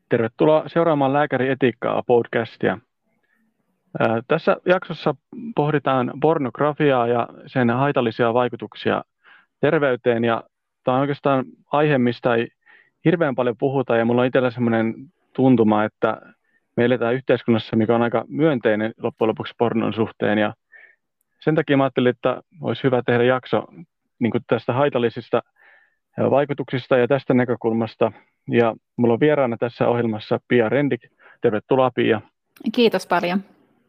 Tervetuloa seuraamaan Lääkärietiikkaa podcastia. Tässä jaksossa pohditaan pornografiaa ja sen haitallisia vaikutuksia terveyteen. Ja tämä on oikeastaan aihe, mistä ei hirveän paljon puhuta. Ja mulla on itsellä sellainen tuntuma, että me eletään yhteiskunnassa, mikä on aika myönteinen loppujen lopuksi pornon suhteen. Ja sen takia mä ajattelin, että olisi hyvä tehdä jakso niin kuin tästä haitallisista vaikutuksista ja tästä näkökulmasta. Ja mulla on vieraana tässä ohjelmassa Pia Rendik. Tervetuloa, Pia. Kiitos paljon.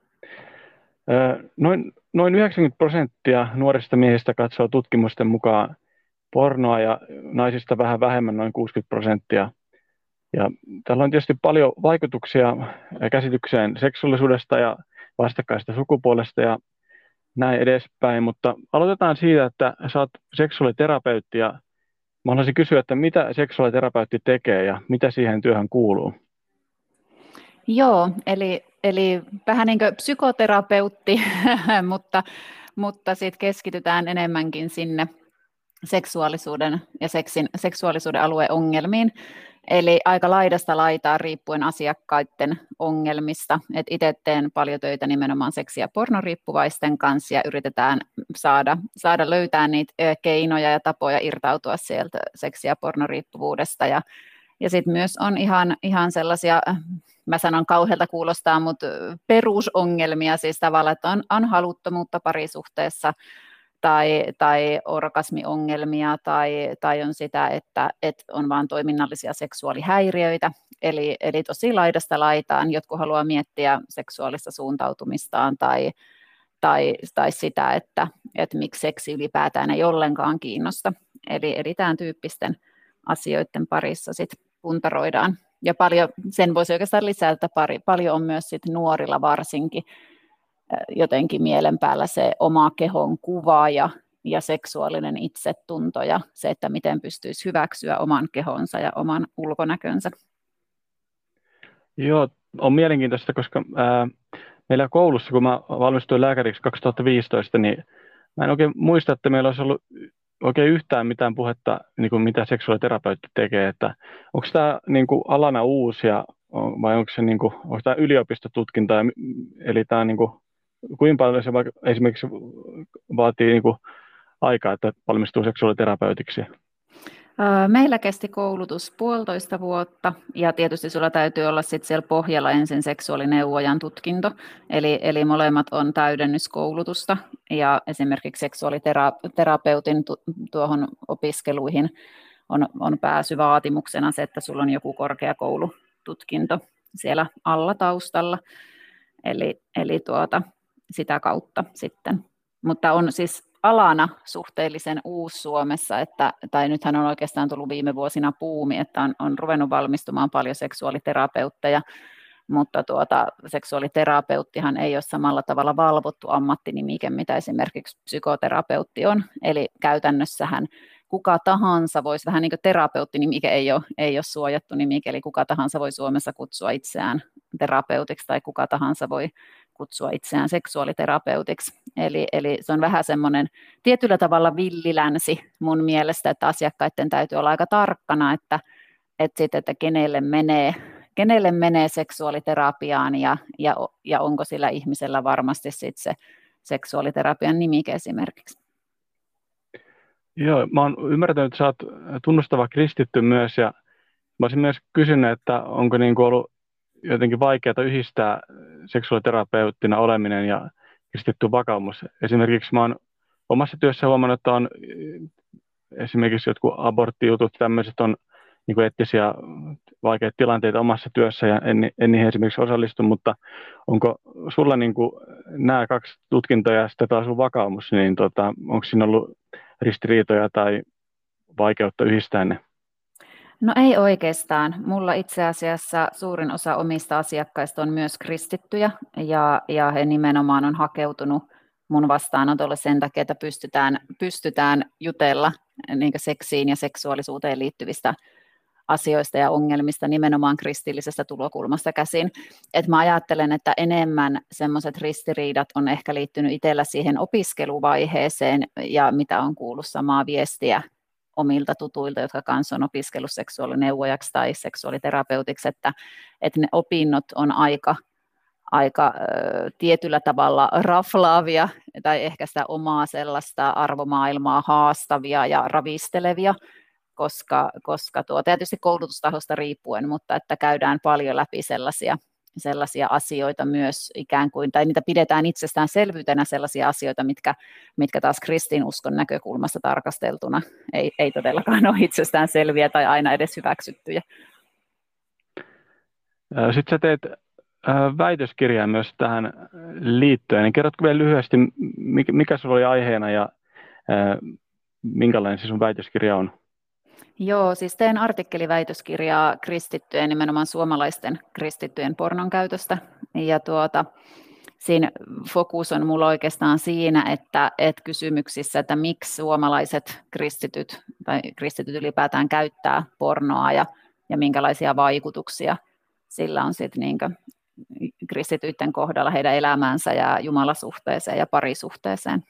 Noin 90% nuorista miehistä katsoo tutkimusten mukaan pornoa ja naisista vähän vähemmän, noin 60%. Ja tällä on tietysti paljon vaikutuksia käsitykseen seksuaalisuudesta ja vastakkaista sukupuolesta ja näin edespäin, mutta aloitetaan siitä, että sä oot seksuaaliterapeutti ja mä haluaisin kysyä, että mitä seksuaaliterapeutti tekee ja mitä siihen työhön kuuluu? Joo, eli vähän niin kuin psykoterapeutti, mutta sitten keskitytään enemmänkin sinne seksuaalisuuden ja seksuaalisuuden alueen ongelmiin. Eli aika laidasta laitaa riippuen asiakkaiden ongelmista. Et itse teen paljon töitä nimenomaan seksi- ja pornoriippuvaisten kanssa ja yritetään saada löytää niitä keinoja ja tapoja irtautua sieltä seksi- ja pornoriippuvuudesta. Ja sitten myös on ihan sellaisia, mä sanon kauhealta kuulostaa, mutta perusongelmia siis tavallaan, että on haluttomuutta parisuhteessa tai orgasmiongelmia tai on sitä, että on vain toiminnallisia seksuaalihäiriöitä. Eli tosi laidasta laitaan. Jotkut haluaa miettiä seksuaalista suuntautumistaan tai sitä, että miksi seksi ylipäätään ei ollenkaan kiinnosta. Eli tämän tyyppisten asioiden parissa sitten puntaroidaan. Ja paljon, sen voisi oikeastaan lisätä, että paljon on myös sit nuorilla varsinkin jotenkin mielen päällä se oma kehon kuva ja seksuaalinen itsetunto ja se, että miten pystyisi hyväksyä oman kehonsa ja oman ulkonäkönsä. Joo, on mielenkiintoista, koska meillä koulussa, kun mä valmistuin lääkäriksi 2015, niin mä en oikein muista, että meillä olisi ollut oikein yhtään mitään puhetta, niin kuin mitä seksuaaliterapeutti tekee, että onko tämä niin kuin alana uusia vai onko se niin kuin, onko tämä yliopistotutkinta, eli tämä niin kuin, kuinka paljon se esimerkiksi vaatii niin kuin aikaa, että valmistuu seksuaaliterapeutiksi? Meillä kesti koulutus 1,5 vuotta ja tietysti sulla täytyy olla sitten siellä pohjalla ensin seksuaalineuvojan tutkinto, eli molemmat on täydennyskoulutusta ja esimerkiksi seksuaaliterapeutin tuohon opiskeluihin on pääsy vaatimuksena se, että sulla on joku korkeakoulututkinto siellä alla taustalla, eli sitä kautta sitten, mutta on siis alana suhteellisen uusi Suomessa, tai nythän on oikeastaan tullut viime vuosina buumi, että on ruvennut valmistumaan paljon seksuaaliterapeutteja, mutta seksuaaliterapeuttihan ei ole samalla tavalla valvottu ammattinimike, mitä esimerkiksi psykoterapeutti on, eli käytännössähän kuka tahansa voisi, vähän niin kuin terapeuttinimike ei ole suojattu nimike, eli kuka tahansa voi Suomessa kutsua itseään terapeutiksi tai kuka tahansa voi kutsua itseään seksuaaliterapeutiksi. Eli se on vähän semmoinen tietyllä tavalla villilänsi mun mielestä, että asiakkaiden täytyy olla aika tarkkana, että kenelle menee seksuaaliterapiaan ja onko sillä ihmisellä varmasti sit se seksuaaliterapian nimike esimerkiksi. Joo, mä oon ymmärtänyt, että sä oot tunnustava kristitty myös ja mä olisin myös kysynyt, että onko niin kuin ollut jotenkin vaikeaa yhdistää seksuaaliterapeuttina oleminen ja kristitty vakaumus. Esimerkiksi mä oon omassa työssä huomannut, että on esimerkiksi jotkut aborttijutut, tämmöiset on niin kuin eettisiä vaikeita tilanteita omassa työssä ja en niihin esimerkiksi osallistu, mutta onko sulla niin kuin nämä kaksi tutkintoa ja sitten taas sun vakaumus, niin onko siinä ollut ristiriitoja tai vaikeutta yhdistää ne? No ei oikeastaan. Mulla itse asiassa suurin osa omista asiakkaista on myös kristittyjä ja he nimenomaan on hakeutunut mun vastaanotolle sen takia, että pystytään jutella niin kuin seksiin ja seksuaalisuuteen liittyvistä asioista ja ongelmista nimenomaan kristillisestä tulokulmasta käsin. Et mä ajattelen, että enemmän semmoiset ristiriidat on ehkä liittynyt itsellä siihen opiskeluvaiheeseen ja mitä on kuullut samaa viestiä omilta tutuilta, jotka kanssa on opiskellut seksuaalineuvojaksi tai seksuaaliterapeutiksi, että ne opinnot on aika tietyllä tavalla raflaavia tai ehkä sitä omaa sellaista arvomaailmaa haastavia ja ravistelevia, koska tietysti koulutustahosta riippuen, mutta että käydään paljon läpi sellaisia asioita myös ikään kuin, tai niitä pidetään itsestäänselvyytenä sellaisia asioita, mitkä taas kristinuskon näkökulmasta tarkasteltuna ei todellakaan ole itsestäänselviä tai aina edes hyväksyttyjä. Sitten sä teet väitöskirjaa myös tähän liittyen. Niin kerrotko vielä lyhyesti, mikä sulla oli aiheena ja minkälainen se sun väitöskirja on? Joo, siis teen artikkeliväitöskirjaa kristittyjen, nimenomaan suomalaisten kristittyjen pornon käytöstä. Ja siinä fokus on mulla oikeastaan siinä, että kysymyksissä, että miksi suomalaiset kristityt tai kristityt ylipäätään käyttää pornoa ja minkälaisia vaikutuksia sillä on sitten niin kristityiden kohdalla heidän elämäänsä ja jumalasuhteeseen ja parisuhteeseen.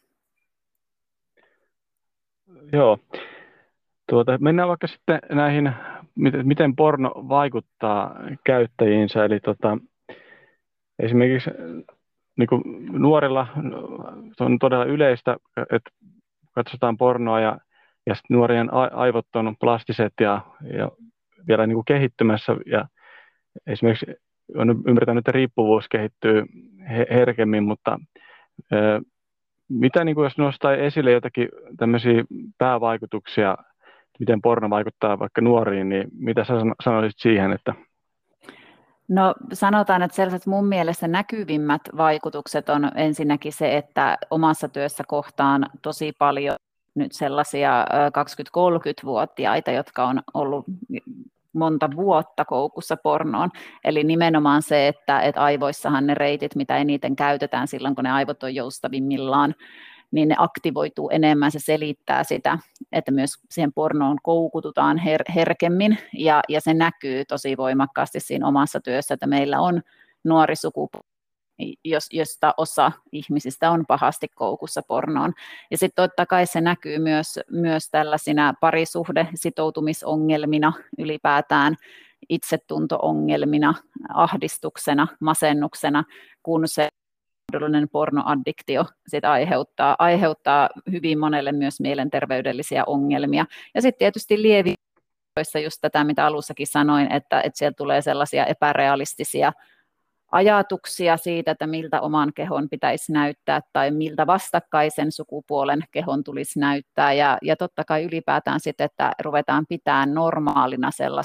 Joo. Mennään vaikka sitten näihin, miten porno vaikuttaa käyttäjiinsä. Eli esimerkiksi niin kuin nuorilla se on todella yleistä, että katsotaan pornoa ja nuorien aivot on plastiset ja vielä niin kuin kehittymässä. Ja esimerkiksi on ymmärtänyt, että riippuvuus kehittyy herkemmin, mutta mitä niin kuin jos nostaa esille jotakin tämmöisiä päävaikutuksia, miten porno vaikuttaa vaikka nuoriin, niin mitä sä sanoisit siihen, että... No sanotaan, että sellaiset mun mielestä näkyvimmät vaikutukset on ensinnäkin se, että omassa työssä kohtaan tosi paljon nyt sellaisia 20-30-vuotiaita, jotka on ollut monta vuotta koukussa pornoon. Eli nimenomaan se, että aivoissahan ne reitit, mitä eniten käytetään silloin, kun ne aivot on joustavimmillaan, niin ne aktivoituu enemmän, se selittää sitä, että myös siihen pornoon koukututaan herkemmin, ja se näkyy tosi voimakkaasti siinä omassa työssä, että meillä on nuori sukupolvi, josta osa ihmisistä on pahasti koukussa pornoon. Ja sitten totta kai se näkyy myös tällaisina parisuhde-sitoutumisongelmina ylipäätään, itsetunto-ongelmina, ahdistuksena, masennuksena, kun se mahdollinen pornoaddiktio sit aiheuttaa hyvin monelle myös mielenterveydellisiä ongelmia. Ja sitten tietysti lievissä just tätä, mitä alussakin sanoin, että sieltä tulee sellaisia epärealistisia ajatuksia siitä, että miltä oman kehon pitäisi näyttää tai miltä vastakkaisen sukupuolen kehon tulisi näyttää. Ja totta kai ylipäätään sitten, että ruvetaan pitämään normaalina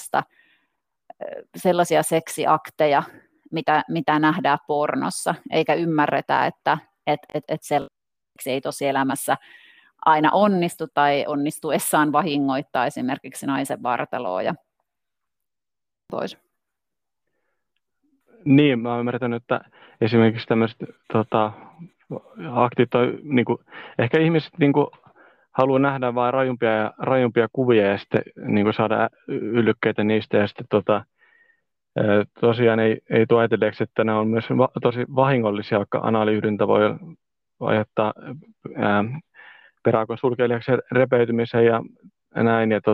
sellaisia seksiakteja, mitä nähdään pornossa, eikä ymmärretä, että sellaiksi ei tosielämässä aina onnistu tai onnistuessaan vahingoittaa esimerkiksi naisen vartaloa ja pois. Niin, mä oon ymmärtänyt, että esimerkiksi tämmöiset aktit on, niin kuin, ehkä ihmiset niin kuin, haluaa nähdä vain rajumpia kuvia ja sitten niin kuin, saada yllykkeitä niistä ja sitten tosiaan ei tule ajatelleeksi, että nämä on myös tosi vahingollisia, vaikka anaaliydintä voi aiheuttaa peräaukon sulkeilijaksi repeytymisen ja näin. Ja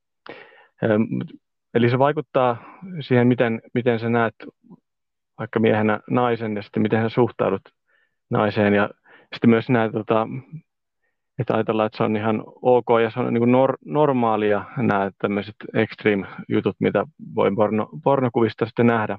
eli se vaikuttaa siihen, miten sä näet vaikka miehenä naisen ja sitten miten sä suhtaudut naiseen. Ja sitten myös näet, että ajatellaan, että se on ihan ok ja se on niin kuin normaalia nämä tämmöiset extreme-jutut, mitä voi pornokuvista sitten nähdä.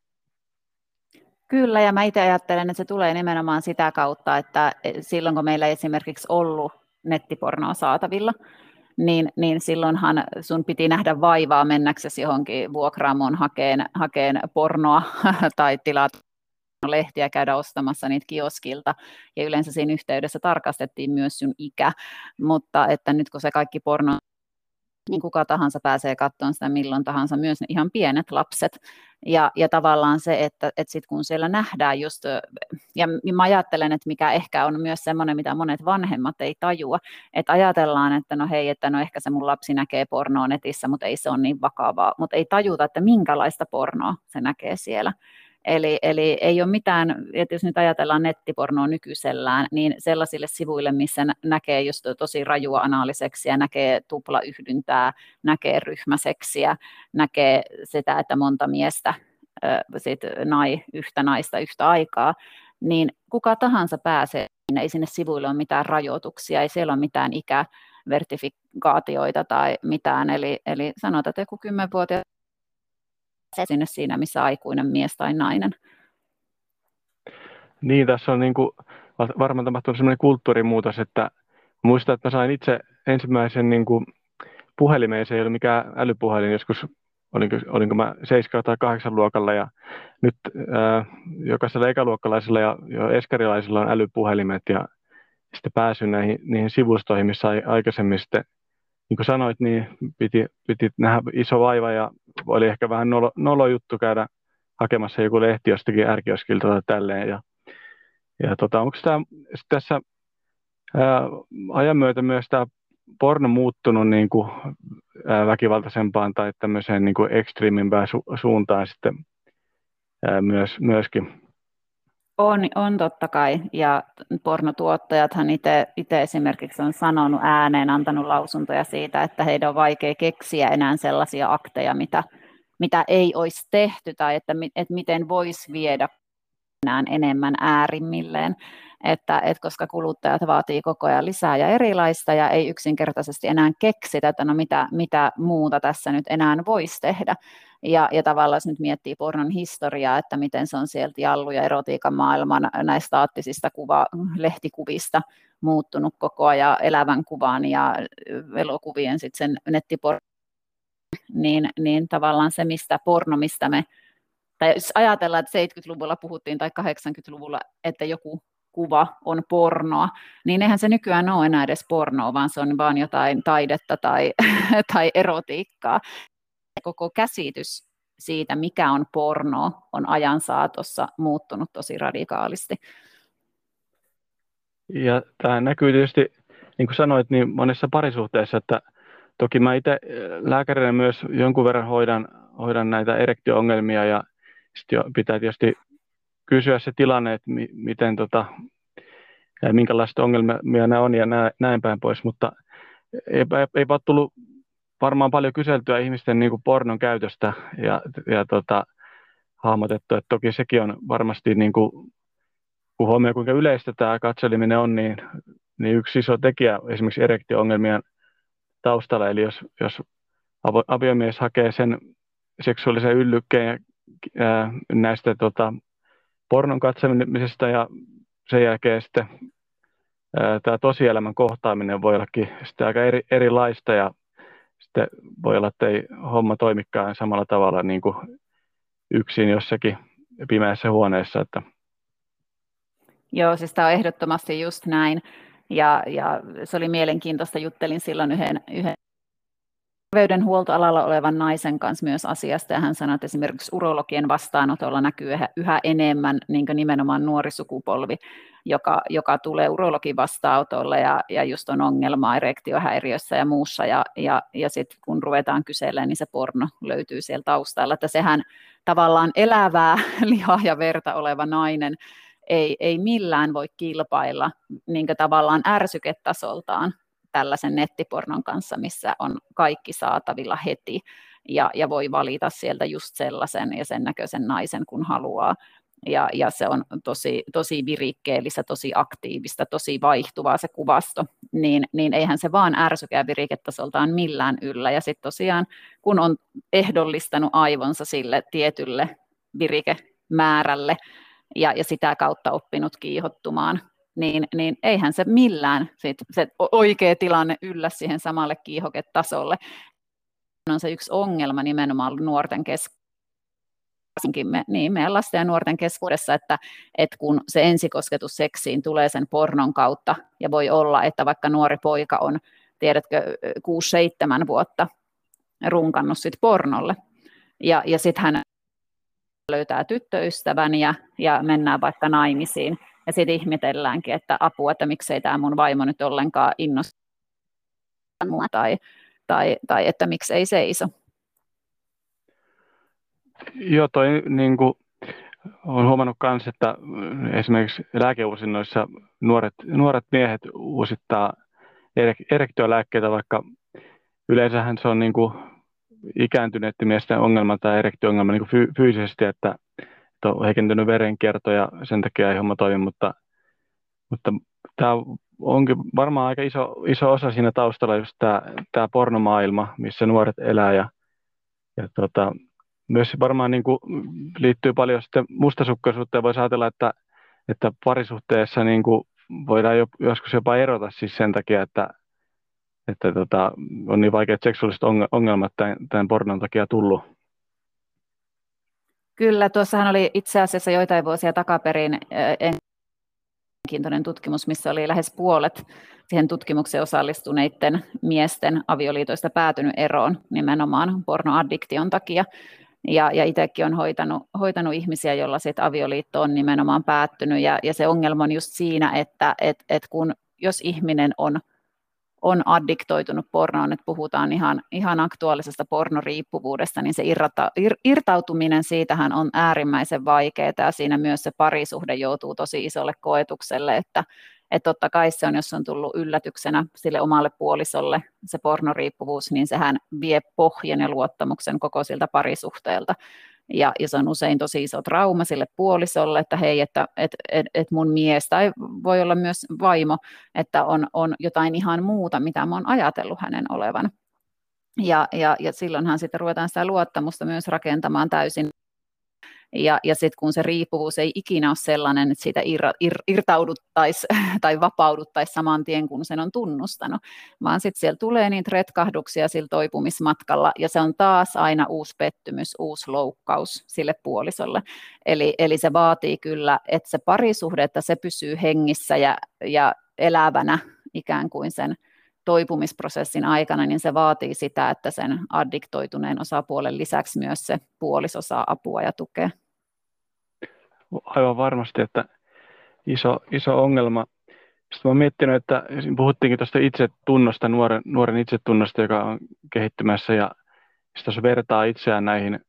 Kyllä, ja mä itse ajattelen, että se tulee nimenomaan sitä kautta, että silloin kun meillä ei esimerkiksi ollut nettipornoa saatavilla, niin silloinhan sun piti nähdä vaivaa mennäksesi johonkin vuokraamoon hakeen pornoa tai tilata lehtiä, käydä ostamassa niitä kioskilta, ja yleensä siinä yhteydessä tarkastettiin myös sun ikä, mutta että nyt kun se kaikki porno, niin kuka tahansa pääsee katsomaan sitä milloin tahansa, myös ne ihan pienet lapset, ja tavallaan se, että sit kun siellä nähdään just, ja mä ajattelen, että mikä ehkä on myös semmoinen, mitä monet vanhemmat ei tajua, että ajatellaan, että no hei, että no ehkä se mun lapsi näkee pornoa netissä, mutta ei se ole niin vakavaa, mutta ei tajuta, että minkälaista pornoa se näkee siellä. Eli ei ole mitään, että jos nyt ajatellaan nettipornoa nykyisellään, niin sellaisille sivuille, missä näkee just tosi rajua anaaliseksiä, näkee tuplayhdyntää, näkee ryhmäseksiä, näkee sitä, että monta miestä sit yhtä naista yhtä aikaa, niin kuka tahansa pääsee, ei sinne sivuille ole mitään rajoituksia, ei siellä ole mitään ikävertifikaatioita tai mitään, eli sanotaan, että joku 10-vuotias sinne siinä, missä aikuinen mies tai nainen. Niin, tässä on niin kuin varmaan tapahtunut sellainen kulttuurimuutos, että muistan, että mä sain itse ensimmäisen niin kuin puhelimeen, se ei ole mikään älypuhelin, joskus olinko mä 7 tai 8 luokalla, ja nyt jokaisella ekaluokkalaisella ja jo eskarilaisilla on älypuhelimet, ja sitten pääsy niihin sivustoihin, missä aikaisemmin sitten, niin kuin sanoit, niin piti nähdä iso vaiva, ja oli ehkä vähän nolo juttu käydä hakemassa joku lehti jostakin ärkioskilta tai tälleen, ja onko tässä ajan myötä myös tämä porno muuttunut niin kuin väkivaltaisempaan tai tämmöiseen niin kuin ekstriimimpään suuntaan sitten myöskin? On totta kai, ja pornotuottajathan itse esimerkiksi on sanonut ääneen, antanut lausuntoja siitä, että heidän on vaikea keksiä enää sellaisia akteja, mitä ei olisi tehty, tai että miten voisi viedä enemmän äärimmilleen, että koska kuluttajat vaatii koko ajan lisää ja erilaista ja ei yksinkertaisesti enää keksitä, että no mitä muuta tässä nyt enää voisi tehdä. Ja tavallaan jos nyt miettii pornon historiaa, että miten se on sieltä jallu- ja erotiikan maailman näistä staattisista lehtikuvista muuttunut koko ajan elävän kuvan ja elokuvien sitten sen nettipornon, niin tavallaan se, mistä me tai jos ajatellaan, että 70-luvulla puhuttiin tai 80-luvulla, että joku kuva on pornoa, niin eihän se nykyään ole enää edes pornoa, vaan se on vaan jotain taidetta tai erotiikkaa. Koko käsitys siitä, mikä on porno, on ajan saatossa muuttunut tosi radikaalisti. Ja tämä näkyy tietysti, niin kuin sanoit, niin monessa parisuhteessa, että toki mä itse lääkärinä myös jonkun verran hoidan näitä erektio-ongelmia, ja sitten pitää tietysti kysyä se tilanne, että miten minkälaista ongelmia nämä on ja näin päin pois, mutta ei ole tullut varmaan paljon kyseltyä ihmisten niin kuin pornon käytöstä ja hahmotettu, että toki sekin on varmasti, niin kuin, kun huomioon kuinka yleistä tämä katseleminen on, niin yksi iso tekijä esimerkiksi erektio-ongelmien taustalla, eli jos aviomies hakee sen seksuaalisen yllykkeen näistä pornon katsomisesta ja sen jälkeen sitten tämä tosielämän kohtaaminen voi ollakin sitten aika erilaista ja sitten voi olla, että ei homma toimikaan samalla tavalla niin kuin yksin jossakin pimeässä huoneessa. Että. Joo, siis tämä on ehdottomasti just näin. Ja se oli mielenkiintoista, juttelin silloin yhden terveydenhuoltoalalla olevan naisen kanssa myös asiasta, ja hän sanoi, että esimerkiksi urologien vastaanotolla näkyy yhä enemmän niin nimenomaan nuori sukupolvi, joka tulee urologin vastaanotolle ja just on ongelmaa erektiohäiriössä ja muussa, ja sitten kun ruvetaan kyselemään, niin se porno löytyy siellä taustalla, että sehän tavallaan elävää lihaa ja verta oleva nainen ei millään voi kilpailla niin tavallaan ärsyketasoltaan tällaisen nettipornon kanssa, missä on kaikki saatavilla heti ja voi valita sieltä just sellaisen ja sen näköisen naisen, kun haluaa. Ja se on tosi virikkeellistä, tosi aktiivista, tosi vaihtuvaa se kuvasto, niin eihän se vaan ärsykä viriketasoltaan millään yllä. Ja sitten tosiaan, kun on ehdollistanut aivonsa sille tietylle virikemäärälle ja sitä kautta oppinut kiihottumaan, niin eihän se millään se oikea tilanne yllä siihen samalle kiihoketasolle. On se yksi ongelma nimenomaan nuorten keskuudessa, meidän lasten ja nuorten keskuudessa, että kun se ensikosketus seksiin tulee sen pornon kautta, ja voi olla, että vaikka nuori poika on, tiedätkö, 6-7 vuotta runkannut sit pornolle, ja sitten hän löytää tyttöystävän ja mennään vaikka naimisiin, ja sitten ihmetelläänkin, että apua, että miksei tämä mun vaimo nyt ollenkaan innosta mua, tai että miksei seiso. Joo, toi niin kuin olen huomannut myös, että esimerkiksi lääkeuusinnoissa nuoret miehet uusittaa erektiolääkkeitä, vaikka yleensähän se on niin kuin ikääntyneiden miesten ongelma tai erektio-ongelma niin kuin fyysisesti, että on heikentynyt verenkierto ja sen takia ei homma toimi, mutta tämä onkin varmaan aika iso osa siinä taustalla just tämä pornomaailma, missä nuoret elää ja myös varmaan niin kuin liittyy paljon sitten mustasukkaisuuteen. Voisi ajatella, että parisuhteessa niin kuin voidaan joskus jopa erota siis sen takia, että on niin vaikeat seksuaaliset ongelmat tämän pornon takia tullut. Kyllä, tuossahan oli itse asiassa joitain vuosia takaperin mielenkiintoinen tutkimus, missä oli lähes puolet siihen tutkimukseen osallistuneiden miesten avioliitoista päätynyt eroon nimenomaan pornoaddiktion takia. Ja itsekin on hoitanut ihmisiä, joilla sit avioliitto on nimenomaan päättynyt. Ja se ongelma on just siinä, että jos ihminen on addiktoitunut pornoon, että puhutaan ihan aktuaalisesta pornoriippuvuudesta, niin se irtautuminen siitähän on äärimmäisen vaikeaa, ja siinä myös se parisuhde joutuu tosi isolle koetukselle, että totta kai se on, jos on tullut yllätyksenä sille omalle puolisolle se pornoriippuvuus, niin sehän vie pohjan ja luottamuksen koko siltä parisuhteelta. Ja se on usein tosi iso trauma sille puolisolle, että hei, että mun mies, tai voi olla myös vaimo, että on jotain ihan muuta, mitä mä oon ajatellut hänen olevan. Ja silloinhan sitten ruvetaan sitä luottamusta myös rakentamaan täysin. Ja sitten kun se riippuvuus ei ikinä ole sellainen, että siitä irtauduttaisiin tai vapauduttaisiin saman tien, kun sen on tunnustanut, vaan sitten siellä tulee niitä retkahduksia sillä toipumismatkalla, ja se on taas aina uusi pettymys, uusi loukkaus sille puolisolle. Eli se vaatii kyllä, että se parisuhde, että se pysyy hengissä ja elävänä ikään kuin sen toipumisprosessin aikana, niin se vaatii sitä, että sen addiktoituneen osapuolen lisäksi myös se puoliso saa apua ja tukea. Aivan varmasti, että iso ongelma. Sitten olen miettinyt, että puhuttiinkin tuosta itsetunnosta, nuoren itsetunnosta, joka on kehittymässä, ja sitten jos vertaa itseään näihin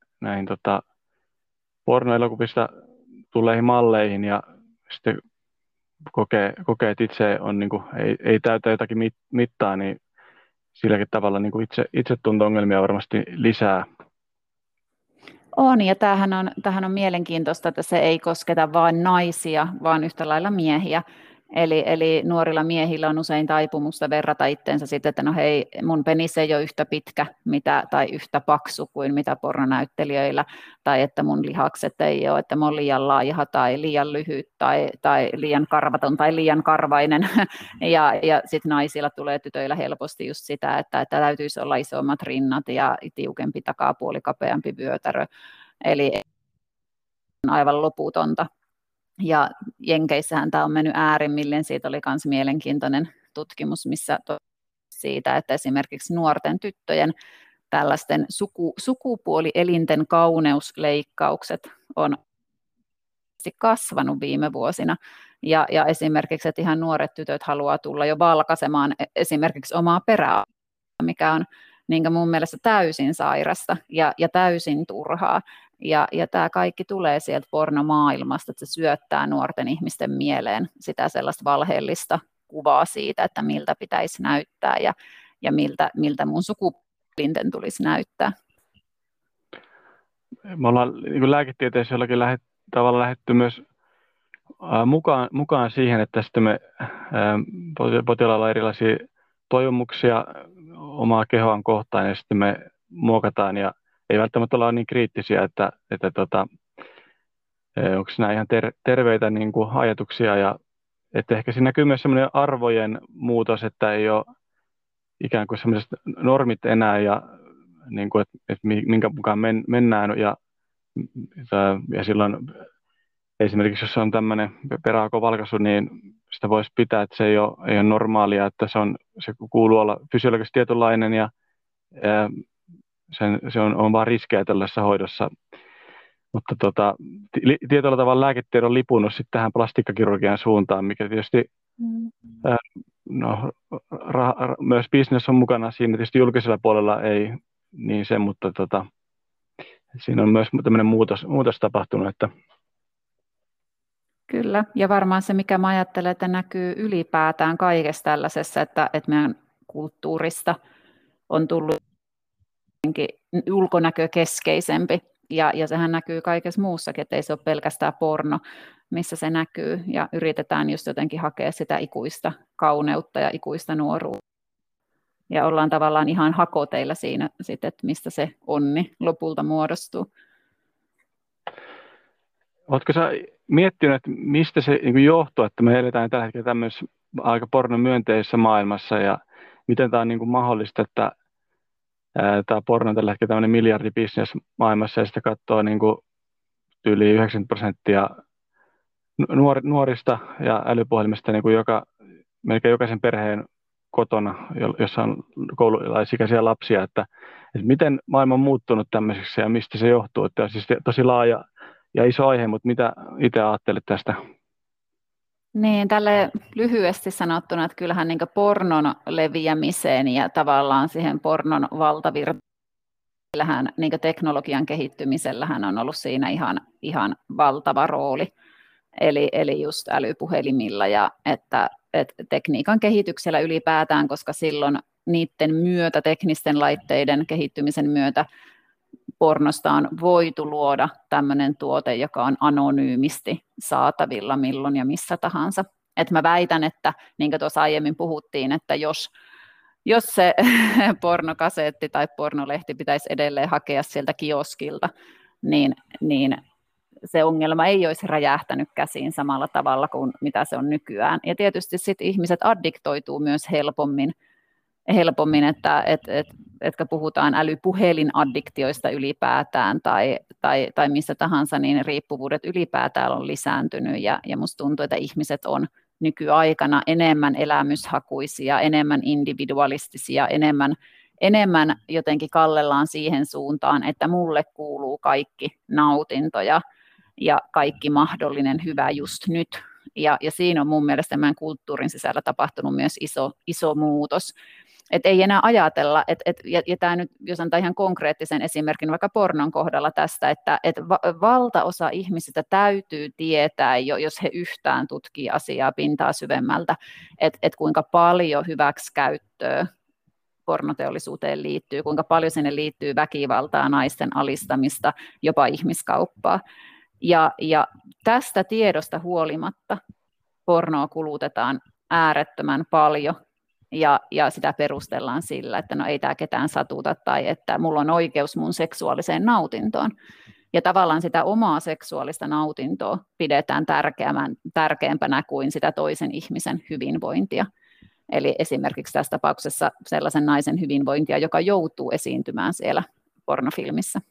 pornoelokuvista tulleihin malleihin, ja sitten kokee, että itse on, niin kuin, ei täytä jotakin mittaa, niin silläkin tavalla niin kuin itsetunto-ongelmia varmasti lisää. On, ja tämähän on mielenkiintoista, että se ei kosketa vain naisia, vaan yhtä lailla miehiä. Eli nuorilla miehillä on usein taipumusta verrata itseensä sitten, että no hei, mun penis ei ole yhtä pitkä tai yhtä paksu kuin mitä pornonäyttelijöillä, tai että mun lihakset ei ole, että mä oon liian laiha tai liian lyhyt tai liian karvaton tai liian karvainen. Ja sitten naisilla tulee tytöillä helposti just sitä, että täytyisi olla isommat rinnat ja tiukempi takapuoli, kapeampi vyötärö. Eli on aivan loputonta. Ja Jenkeissähän tämä on mennyt äärimmilleen, siitä oli myös mielenkiintoinen tutkimus, missä siitä, että esimerkiksi nuorten tyttöjen tällaisten sukupuolielinten kauneusleikkaukset on kasvanut viime vuosina. Ja esimerkiksi, että ihan nuoret tytöt haluaa tulla jo valkaisemaan esimerkiksi omaa perää, mikä on niin mun mielestä täysin sairasta ja täysin turhaa. Ja tämä kaikki tulee sieltä pornomaailmasta, että se syöttää nuorten ihmisten mieleen sitä sellaista valheellista kuvaa siitä, että miltä pitäisi näyttää ja miltä mun sukupuolinten tulisi näyttää. Me ollaan niin lääketieteessä jollakin tavalla lähdetty myös mukaan siihen, että sitten me potilailla on erilaisia toivomuksia omaa kehoaan kohtaan ja sitten me muokataan ja ei välttämättä olla niin kriittisiä, että onko nämä ihan terveitä niin kuin ajatuksia ja että ehkä siinä näkyy myös semmoinen arvojen muutos, että ei ole ikään kuin sellaiset normit enää ja niin kuin, että minkä mukaan mennään ja silloin esimerkiksi jos on tämmöinen peräaukovalkaisu, niin sitä voisi pitää, että se ei ole normaalia, että se kuuluu olla fysiologisesti tietynlainen ja se on vaan riskejä tällaisessa hoidossa. Mutta tietyllä tavalla lääketiede on lipunut sitten tähän plastiikkakirurgian suuntaan, mikä tietysti myös business on mukana siinä. Tietysti julkisella puolella ei niin se, mutta siinä on myös tämmöinen muutos tapahtunut, että Kyllä, ja varmaan se, mikä mä ajattelen, että näkyy ylipäätään kaikessa tällaisessa, että meidän kulttuurista on tullut ulkonäkökeskeisempi, ja sehän näkyy kaikessa muussakin, että ei se ole pelkästään porno, missä se näkyy, ja yritetään just jotenkin hakea sitä ikuista kauneutta ja ikuista nuoruutta. Ja ollaan tavallaan ihan hakoteilla siinä, sit, että mistä se onni lopulta muodostuu. Oletko sä miettinyt, että mistä se niin johtuu, että me eletään tällä hetkellä tämmöisessä aika pornomyönteisessä maailmassa, ja miten tämä on niin mahdollista, että tämä porno on tällä hetkellä tämmöinen miljardibisnes maailmassa, ja sitä katsoo niin yli 90% nuorista ja älypuhelimista niin melkein jokaisen perheen kotona, jossa on koululaisikäisiä lapsia, että miten maailma on muuttunut tämmöiseksi ja mistä se johtuu. Että siis tosi laaja ja iso aihe, mutta mitä itse ajattelet tästä? Niin, tälle lyhyesti sanottuna, että kyllähän niin pornon leviämiseen ja tavallaan siihen pornon valtavirtaan, niin teknologian kehittymisellähän on ollut siinä ihan valtava rooli. Eli just älypuhelimilla ja että tekniikan kehityksellä ylipäätään, koska silloin niiden myötä, teknisten laitteiden kehittymisen myötä pornosta on voitu luoda tämmöinen tuote, joka on anonyymisti saatavilla milloin ja missä tahansa. Et mä väitän, että niin kuin tuossa aiemmin puhuttiin, että jos se pornokasetti tai pornolehti pitäisi edelleen hakea sieltä kioskilta, niin se ongelma ei olisi räjähtänyt käsiin samalla tavalla kuin mitä se on nykyään. Ja tietysti sitten ihmiset addiktoituu myös helpommin että puhutaan älypuhelinaddictioista ylipäätään tai missä tahansa, niin riippuvuudet ylipäätään on lisääntynyt ja musta tuntuu, että ihmiset on nykyaikana enemmän elämyshakuisia, enemmän individualistisia, enemmän jotenkin kallellaan siihen suuntaan, että mulle kuuluu kaikki nautinto ja kaikki mahdollinen hyvä just nyt. Ja siinä on mun mielestä meidän kulttuurin sisällä tapahtunut myös iso muutos. Et ei enää ajatella, ja tämä nyt, jos antaa ihan konkreettisen esimerkin vaikka pornon kohdalla tästä, että valtaosa ihmisistä täytyy tietää, jos he yhtään tutkii asiaa pintaa syvemmältä, että kuinka paljon hyväksikäyttöä pornoteollisuuteen liittyy, kuinka paljon sinne liittyy väkivaltaa, naisten alistamista, jopa ihmiskauppaa. Ja tästä tiedosta huolimatta pornoa kulutetaan äärettömän paljon ja sitä perustellaan sillä, että no ei tämä ketään satuta tai että mulla on oikeus mun seksuaaliseen nautintoon. Ja tavallaan sitä omaa seksuaalista nautintoa pidetään tärkeämpänä kuin sitä toisen ihmisen hyvinvointia. Eli esimerkiksi tässä tapauksessa sellaisen naisen hyvinvointia, joka joutuu esiintymään siellä pornofilmissä.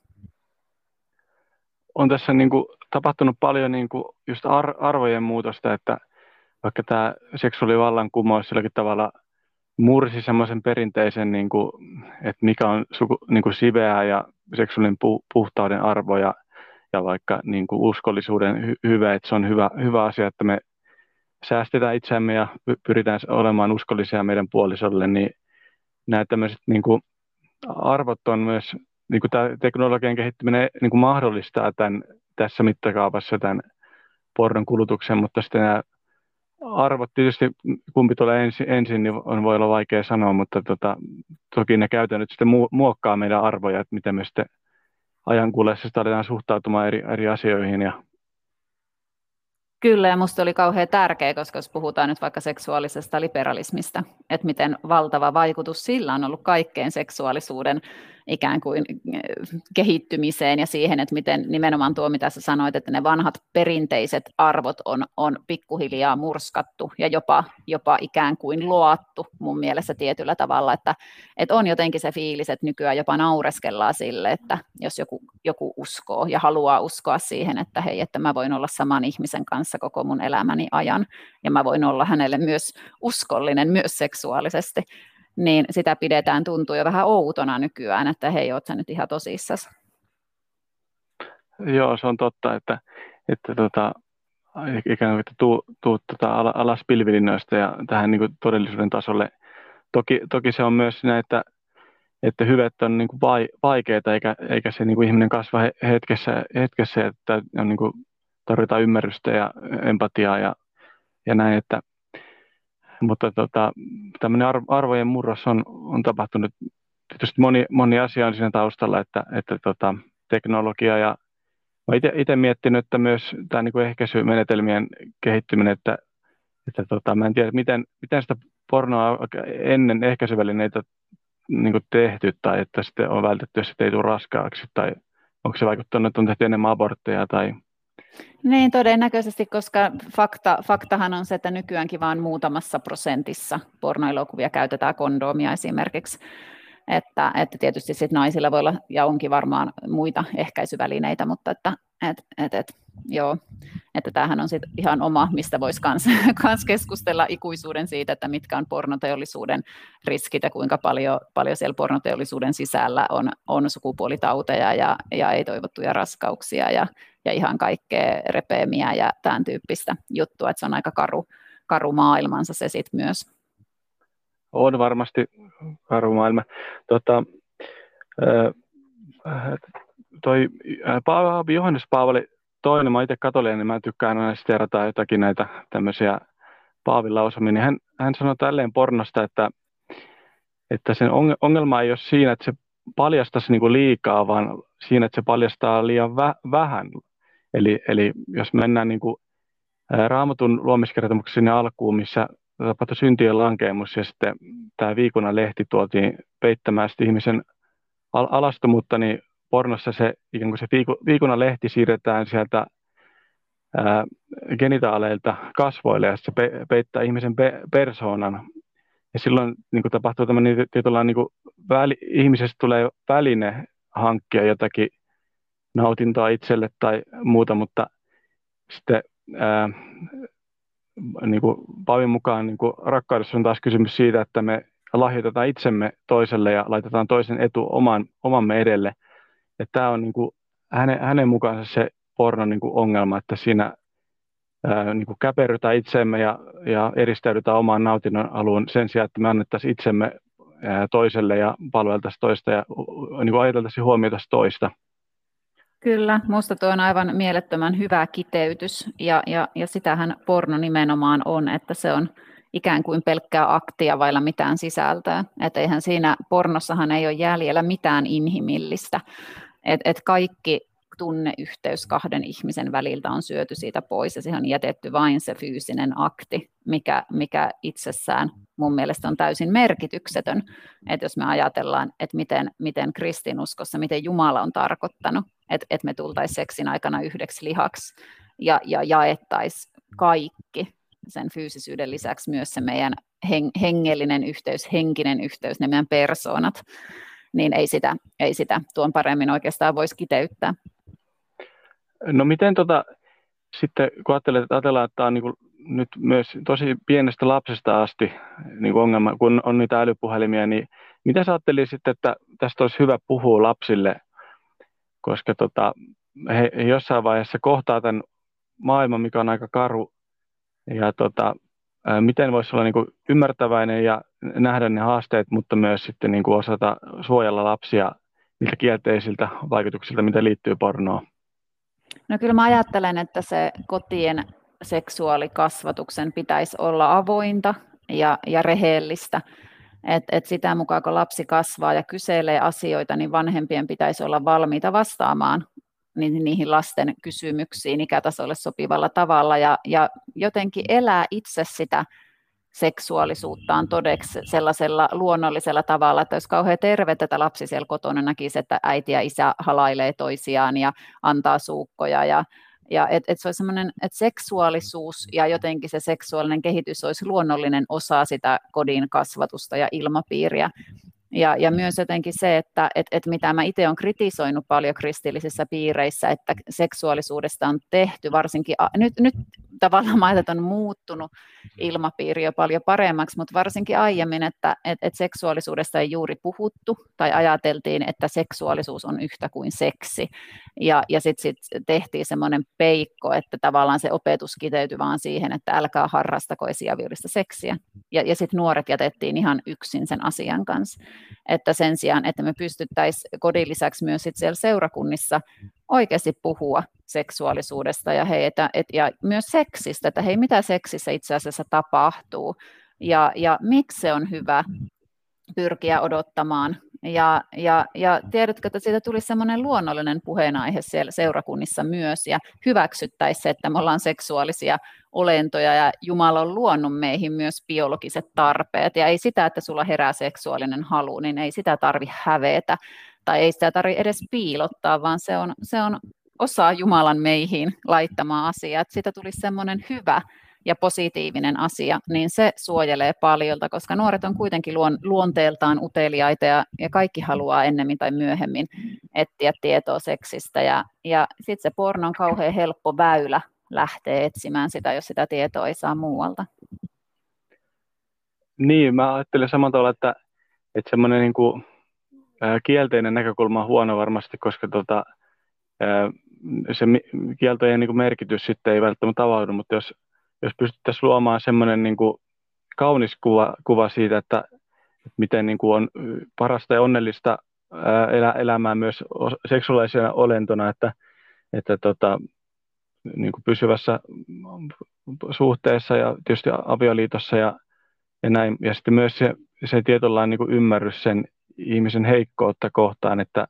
On tässä tapahtunut paljon just arvojen muutosta, että vaikka tämä seksuaalivallankumous jollakin tavalla mursi semmoisen perinteisen, että mikä on siveää ja seksuaalinen puhtauden arvo ja vaikka uskollisuuden hyvä, että se on hyvä asia, että me säästetään itseämme ja pyritään olemaan uskollisia meidän puolisolle, niin nämä tämmöiset arvot on myös, tämä teknologian kehittyminen mahdollistaa tässä mittakaavassa tämän pornon kulutuksen, mutta sitten nämä arvot tietysti, kumpi tulee ensin niin voi olla vaikea sanoa, mutta toki ne käytännöt sitten muokkaa meidän arvoja, että miten me sitten ajan kuluessa aletaan suhtautumaan eri asioihin. Kyllä, ja minusta oli kauhean tärkeä, koska jos puhutaan nyt vaikka seksuaalisesta liberalismista, että miten valtava vaikutus sillä on ollut kaikkeen seksuaalisuuden ikään kuin kehittymiseen ja siihen, että miten nimenomaan tuo, mitä sä sanoit, että ne vanhat perinteiset arvot on pikkuhiljaa murskattu ja jopa ikään kuin loattu mun mielestä tietyllä tavalla, että on jotenkin se fiilis, että nykyään jopa naureskellaan sille, että jos joku uskoo ja haluaa uskoa siihen, että hei, että mä voin olla saman ihmisen kanssa koko mun elämäni ajan ja mä voin olla hänelle myös uskollinen myös seksuaalisesti, niin sitä pidetään tuntuu jo vähän outona nykyään, että hei, oot sä nyt ihan tosissasi. Joo, se on totta, että ikään kuin tuut alas pilvilinnoista ja tähän todellisuuden tasolle. Toki se on myös näin, että hyvet on vaikeita, eikä se ihminen kasva hetkessä, että on tarvitaan ymmärrystä ja empatiaa ja näin, mutta tämmöinen arvojen murros on tapahtunut. Tietysti moni asia on siinä taustalla, että teknologia ja mä itse miettinyt, että myös tämä niin kuin ehkäisymenetelmien kehittyminen, että mä en tiedä, miten sitä pornoa ennen ehkäisyvälineitä niin kuin tehty tai että sitten on vältetty, että ei tule raskaaksi tai onko se vaikuttanut, että on tehty enemmän abortteja tai... Niin, todennäköisesti, koska faktahan on se, että nykyäänkin vain muutamassa prosentissa pornoelokuvia käytetään kondoomia esimerkiksi. Että tietysti sit naisilla voi olla, ja onkin varmaan muita ehkäisyvälineitä, mutta joo, että tämähän on sitten ihan oma, mistä voisi kans keskustella ikuisuuden siitä, että mitkä on pornoteollisuuden riskit ja kuinka paljon siellä pornoteollisuuden sisällä on sukupuolitauteja ja ei-toivottuja raskauksia ja ihan kaikkea repeämiä ja tämän tyyppistä juttua, että se on aika karu maailmansa se sitten myös. On varmasti karu maailma. Toi Johannes Paavali toinen, mä itse katolinen, niin mä tykkään aina siteerata jotakin näitä tämmöisiä Paavin lausumia, niin hän sanoi tälleen pornosta, että sen ongelma ei ole siinä, että se paljastaisi niin kuin liikaa, vaan siinä, että se paljastaa liian vähän. Eli jos mennään niin kuin Raamatun luomiskertomuksen sinne alkuun, missä tapahtui syntien lankeemus ja sitten tämä viikunanlehti tuotiin peittämään ihmisen alastomuutta, niin pornossa se ikään kuin se viikunanlehti siirretään sieltä genitaaleilta kasvoille ja se peittää ihmisen persoonan. Ja silloin niin kuin tapahtuu tämmöinen tietynlainen, niin kuin ihmisestä tulee väline hankkia jotakin nautintoa itselle tai muuta, mutta sitten niin kuin Paavin mukaan niin kuin rakkaudessa on taas kysymys siitä, että me lahjoitetaan itsemme toiselle ja laitetaan toisen etu omamme edelle. Ja tämä on niin kuin hänen mukaansa se pornon niin kuin ongelma, että siinä niin kuin käperrytään itseemme ja eristäydytään omaan nautinnon aluun sen sijaan, että me annettaisiin itsemme toiselle ja palveltaisiin toista ja niin kuin ajateltaisiin huomioitaisiin toista. Kyllä, minusta tuo on aivan mielettömän hyvä kiteytys ja sitähän porno nimenomaan on, että se on ikään kuin pelkkää aktia vailla mitään sisältöä. Että eihän siinä pornossahan ei ole jäljellä mitään inhimillistä. Et kaikki tunneyhteys kahden ihmisen väliltä on syöty siitä pois ja siihen on jätetty vain se fyysinen akti, mikä itsessään mun mielestä on täysin merkityksetön. Että jos me ajatellaan, että miten kristinuskossa, miten Jumala on tarkoittanut, että me tultaisiin seksin aikana yhdeksi lihaksi ja jaettaisiin kaikki sen fyysisyyden lisäksi myös se meidän hengellinen yhteys, henkinen yhteys, ne meidän persoonat, niin ei sitä tuon paremmin oikeastaan voisi kiteyttää. No miten sitten, kun ajatellaan, että tämä on niin kuin nyt myös tosi pienestä lapsesta asti niin kuin ongelma, kun on niitä älypuhelimia, niin mitä sä ajattelisit, että tästä olisi hyvä puhua lapsille, koska he jossain vaiheessa kohtaa tämän maailman, mikä on aika karu, ja miten voisi olla niin kuin ymmärtäväinen ja nähdä ne haasteet, mutta myös sitten niin kuin osata suojella lapsia niiltä kielteisiltä vaikutuksilta, mitä liittyy pornoon? No kyllä mä ajattelen, että se kotien seksuaalikasvatuksen pitäisi olla avointa ja rehellistä. Et sitä mukaan, kun lapsi kasvaa ja kyselee asioita, niin vanhempien pitäisi olla valmiita vastaamaan niihin lasten kysymyksiin ikätasolle sopivalla tavalla ja jotenkin elää itse sitä seksuaalisuuttaan todeksi sellaisella luonnollisella tavalla, että olisi kauhean tervettä, että lapsi siellä kotona näkisi, että äiti ja isä halailee toisiaan ja antaa suukkoja ja se olisi semmoinen, että seksuaalisuus ja jotenkin se seksuaalinen kehitys olisi luonnollinen osa sitä kodin kasvatusta ja ilmapiiriä. Ja myös jotenkin se, että mitä mä itse olen kritisoinut paljon kristillisissä piireissä, että seksuaalisuudesta on tehty varsinkin, nyt tavallaan mä ajattelen, että on muuttunut ilmapiiri jo paljon paremmaksi, mutta varsinkin aiemmin, että seksuaalisuudesta ei juuri puhuttu tai ajateltiin, että seksuaalisuus on yhtä kuin seksi. Ja sitten tehtiin semmoinen peikko, että tavallaan se opetus kiteytyi vaan siihen, että älkää harrastako esiaviolista seksiä. Ja sitten nuoret jätettiin ihan yksin sen asian kanssa. että sen sijaan, että me pystyttäisiin kodin lisäksi myös sit siellä seurakunnissa oikeasti puhua seksuaalisuudesta ja myös seksistä, että hei, mitä seksissä itse asiassa tapahtuu ja miksi se on hyvä pyrkiä odottamaan. Ja tiedätkö, että siitä tuli semmoinen luonnollinen puheenaihe siellä seurakunnissa myös, ja hyväksyttäisiin se, että me ollaan seksuaalisia olentoja, ja Jumala on luonut meihin myös biologiset tarpeet, ja ei sitä, että sulla herää seksuaalinen halu, niin ei sitä tarvitse hävetä, tai ei sitä tarvitse edes piilottaa, vaan se on osa Jumalan meihin laittamaa asiaa, että siitä tulisi semmoinen hyvä ja positiivinen asia, niin se suojelee paljolta, koska nuoret on kuitenkin luonteeltaan uteliaita ja kaikki haluaa ennemmin tai myöhemmin etsiä tietoa seksistä. Ja sitten se porno on kauhean helppo väylä lähteä etsimään sitä, jos sitä tietoa ei saa muualta. Niin, mä ajattelen samalla tavalla, että semmoinen niin kuin, kielteinen näkökulma on huono varmasti, koska se kieltojen niin kuin merkitys sitten ei välttämättä avaudu, mutta jos pystyttäisiin luomaan semmoinen niin kuin kaunis kuva siitä, että miten niin kuin on parasta ja onnellista elämää myös seksuaalisena olentona, että niin kuin pysyvässä suhteessa ja tietysti avioliitossa ja näin. Ja sitten myös se tietynlainen niin kuin ymmärrys sen ihmisen heikkoutta kohtaan, että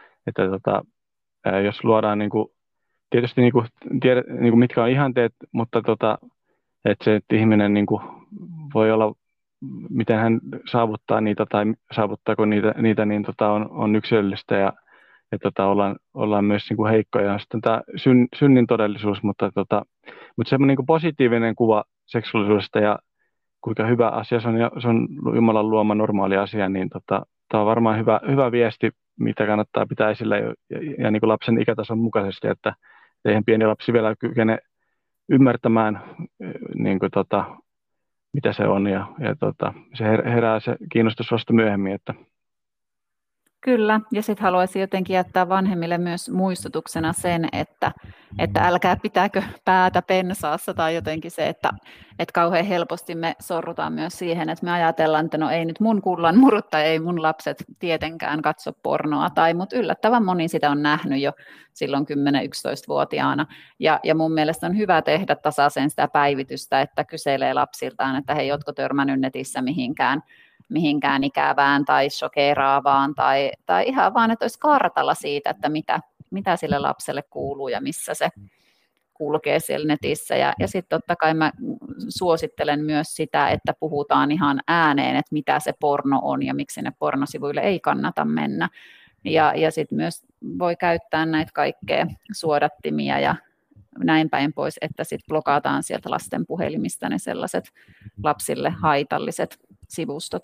jos luodaan niin kuin, tietysti niin kuin, niin kuin mitkä on ihanteet, mutta että se että ihminen niin kuin, voi olla, miten hän saavuttaa niitä tai saavuttaako niitä niin on yksilöllistä ja ollaan myös niin kuin heikkoja. Ja sitten tämä synnin todellisuus, mutta semmoinen niin kuin positiivinen kuva seksuaalisuudesta ja kuinka hyvä asia se on, ja se on Jumalan luoma normaali asia, niin tämä on varmaan hyvä viesti, mitä kannattaa pitää esillä ja niin kuin lapsen ikätason mukaisesti, että eihän pieni lapsi vielä kykene ymmärtämään, niin kuin mitä se on, ja se herää se kiinnostus vasta myöhemmin. Että. Kyllä, ja sitten haluaisin jotenkin jättää vanhemmille myös muistutuksena sen, että älkää pitääkö päätä pensaassa tai jotenkin se, että kauhean helposti me sorrutaan myös siihen, että me ajatellaan, että no ei nyt mun kullanmurut tai ei mun lapset tietenkään katso pornoa, mutta yllättävän moni sitä on nähnyt jo silloin 10-11-vuotiaana, ja mun mielestä on hyvä tehdä tasaisen sitä päivitystä, että kyselee lapsiltaan, että hei, ootko törmännyt netissä mihinkään ikävään tai shokeraavaan tai ihan vaan, että olisi kartalla siitä, että mitä sille lapselle kuuluu ja missä se kulkee siellä netissä. Ja sitten totta kai mä suosittelen myös sitä, että puhutaan ihan ääneen, että mitä se porno on ja miksi ne pornosivuille ei kannata mennä. Ja sitten myös voi käyttää näitä kaikkea suodattimia ja näin päin pois, että sitten blokataan sieltä lasten puhelimista ne sellaiset lapsille haitalliset sivustot.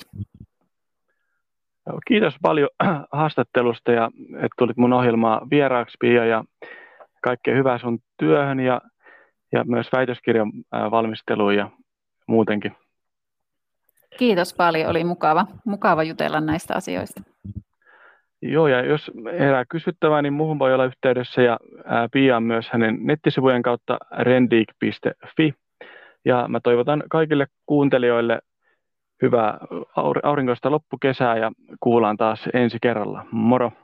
Kiitos paljon haastattelusta ja että tulit mun ohjelmaan vieraaksi, Pia, ja kaikkea hyvää sun työhön ja myös väitöskirjan valmisteluun ja muutenkin. Kiitos paljon, oli mukava jutella näistä asioista. Joo, ja jos herää kysyttävää, niin muuhun voi olla yhteydessä ja Pia myös hänen nettisivujen kautta rendiik.fi. Ja mä toivotan kaikille kuuntelijoille hyvää aurinkoista loppukesää ja kuullaan taas ensi kerralla. Moro!